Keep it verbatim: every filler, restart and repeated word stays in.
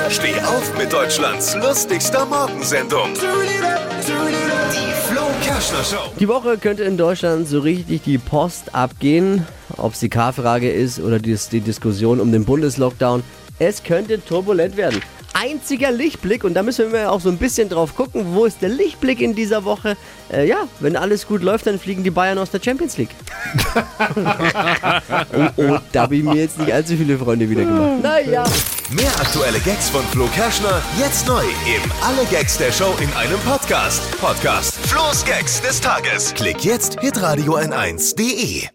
Steh auf mit Deutschlands lustigster Morgensendung. Die Flo Kerschner Show. Die Woche könnte in Deutschland so richtig die Post abgehen. Ob es die K-Frage ist oder die, die Diskussion um den Bundeslockdown. Es könnte turbulent werden. Einziger Lichtblick, und da müssen wir auch so ein bisschen drauf gucken, wo ist der Lichtblick in dieser Woche? Äh, ja, wenn alles gut läuft, dann fliegen die Bayern aus der Champions League. oh, oh, da habe ich mir jetzt nicht allzu viele Freunde wieder gemacht. Naja. Mehr aktuelle Gags von Flo Kerschner jetzt neu im Alle Gags der Show in einem Podcast. Podcast Flo's Gags des Tages. Klick jetzt hitradio n eins punkt de.